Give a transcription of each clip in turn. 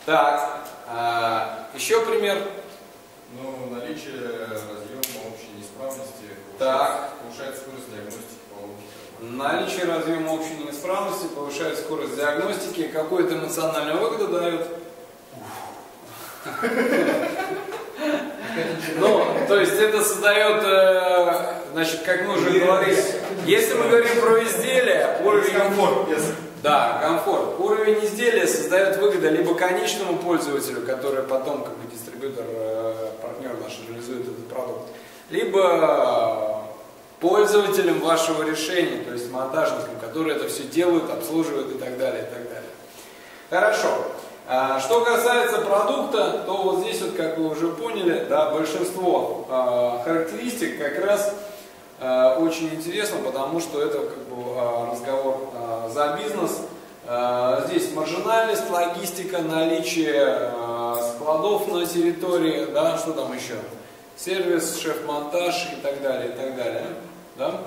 Так, еще пример. Ну, наличие разъема общей неисправности повышает скорость диагностики поломки. Наличие разъема общей неисправности повышает скорость диагностики. Какую-то эмоциональную выгоду дает. Ну, то есть это создает, значит, как мы уже говорили, если мы говорим про изделие, уровень комфорт. Да, комфорт. Уровень изделия создает выгоду либо конечному пользователю, который потом, как бы, дистрибьютор, партнер наш реализует этот продукт, либо пользователям вашего решения, то есть монтажникам, которые это все делают, обслуживают и так далее, и так далее. Хорошо. Что касается продукта, то вот здесь, вот, как вы уже поняли, да, большинство характеристик как раз очень интересно, потому что это, как бы, разговор за бизнес. Здесь маржинальность, логистика, наличие складов на территории, да, что там еще? Сервис, шеф-монтаж и так далее, и так далее. Да?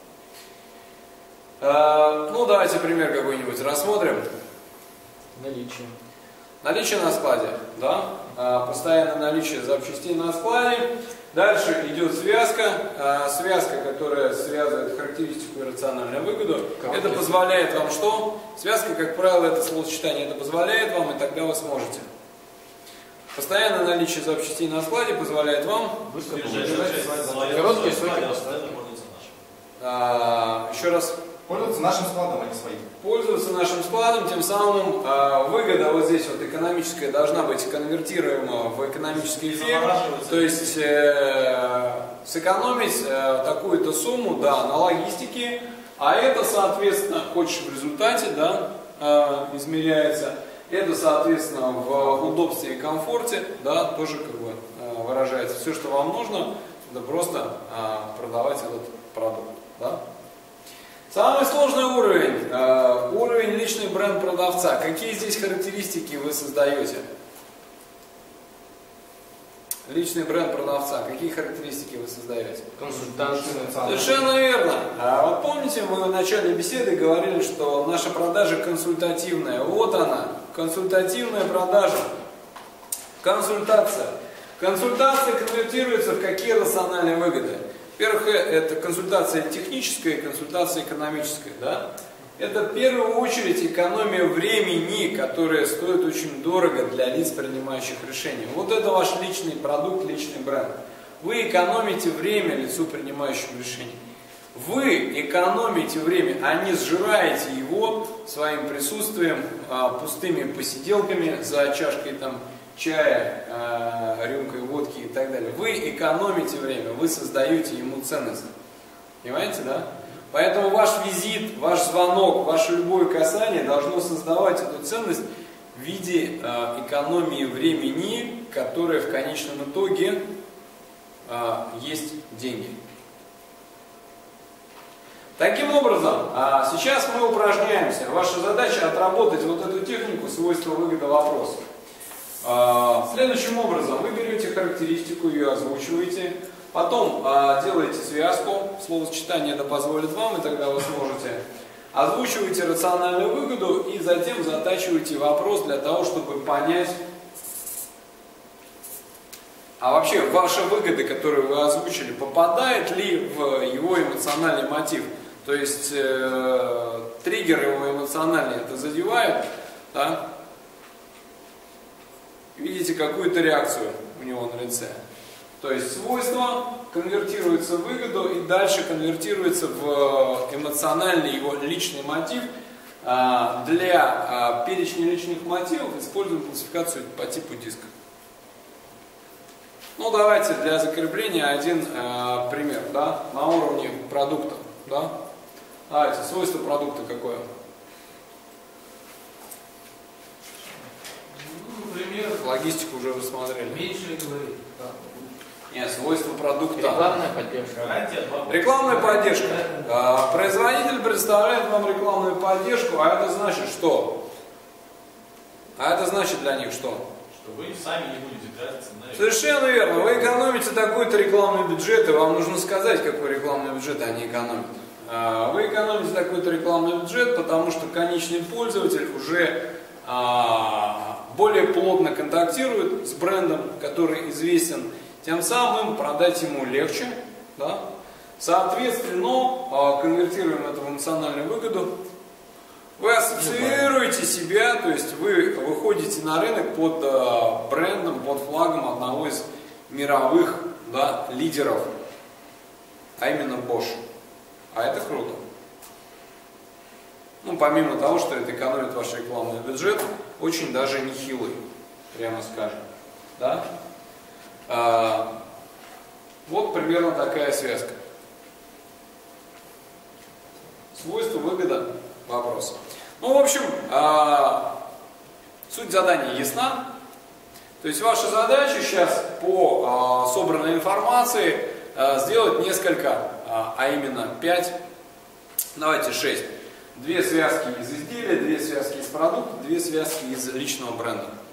Ну, давайте пример какой-нибудь рассмотрим. Наличие. Наличие на складе, да? Постоянное наличие запчастей на складе. Дальше идет связка. Связка, которая связывает характеристику и рациональную выгоду. Это позволяет вам что? Связка, как правило, это словосочетание. Это позволяет вам, и тогда вы сможете. Постоянное наличие запчастей на складе позволяет вам быстро короткие сроки поставки. Еще раз. Пользоваться нашим складом, а не своим. Пользоваться нашим складом, тем самым выгода вот здесь вот экономическая должна быть конвертируема в экономический эффект. То есть сэкономить такую-то сумму, да, на логистике, а это, соответственно, хочешь в результате, да, измеряется. Это, соответственно, в удобстве и комфорте, да, тоже, как бы, выражается. Все, что вам нужно, это просто продавать этот продукт, да. Самый сложный уровень, уровень личный бренд продавца. Какие здесь характеристики вы создаете? Личный бренд продавца. Какие характеристики вы создаете? Консультация. Совершенно верно. Вот помните, мы в начале беседы говорили, что наша продажа консультативная. Вот она, консультативная продажа. Консультация. Консультация конвертируется в какие рациональные выгоды? Во-первых, это консультация техническая и консультация экономическая. Да? Это в первую очередь экономия времени, которая стоит очень дорого для лиц, принимающих решения. Вот это ваш личный продукт, личный бренд. Вы экономите время лицу, принимающему решение. Вы экономите время, а не сжираете его своим присутствием, пустыми посиделками за чашкой там, чая, рюмкой водки и так далее. Вы экономите время, вы создаете ему ценность. Понимаете, да? Поэтому ваш визит, ваш звонок, ваше любое касание должно создавать эту ценность в виде экономии времени, которая в конечном итоге есть деньги. Таким образом, сейчас мы упражняемся. Ваша задача отработать вот эту технику свойства выгода вопроса. Следующим образом, вы берете характеристику, ее озвучиваете, потом делаете связку, словосочетание это позволит вам, и тогда вы сможете. Озвучиваете рациональную выгоду и затем затачиваете вопрос для того, чтобы понять, а вообще ваша выгода, которую вы озвучили, попадает ли в его эмоциональный мотив. То есть триггер его эмоциональный это задевает, да? Видите какую-то реакцию у него на лице. То есть свойство конвертируется в выгоду и дальше конвертируется в эмоциональный его личный мотив. Для перечня личных мотивов используем классификацию по типу диска. Ну давайте для закрепления один пример, да, на уровне продукта. Да? Давайте, свойство продукта какое? Например, логистику уже вы смотрели. Меньше говорит. Нет, свойства продукта. Рекламная поддержка. Рекламная поддержка. Производитель представляет вам рекламную поддержку, а это значит что? А это значит для них что? Что вы сами не будете тратиться на... Совершенно верно. Вы экономите такой-то рекламный бюджет, и вам нужно сказать, какой рекламный бюджет они экономят. Вы экономите такой-то рекламный бюджет, потому что конечный пользователь уже более плотно контактирует с брендом, который известен, тем самым продать ему легче. Да? Соответственно, конвертируем это в эмоциональную выгоду. Вы ассоциируете себя, то есть вы выходите на рынок под брендом, под флагом одного из мировых, да, лидеров, а именно Bosch. А это круто. Ну, помимо того, что это экономит ваш рекламный бюджет, очень даже нехилый, прямо скажем. Да? Вот примерно такая связка. Свойства, выгода, вопросы. Ну, в общем, суть задания ясна. То есть ваша задача сейчас по собранной информации сделать несколько, а именно 5, давайте 6. 2 связки из изделия, 2 связки из продукта, 2 связки из личного бренда.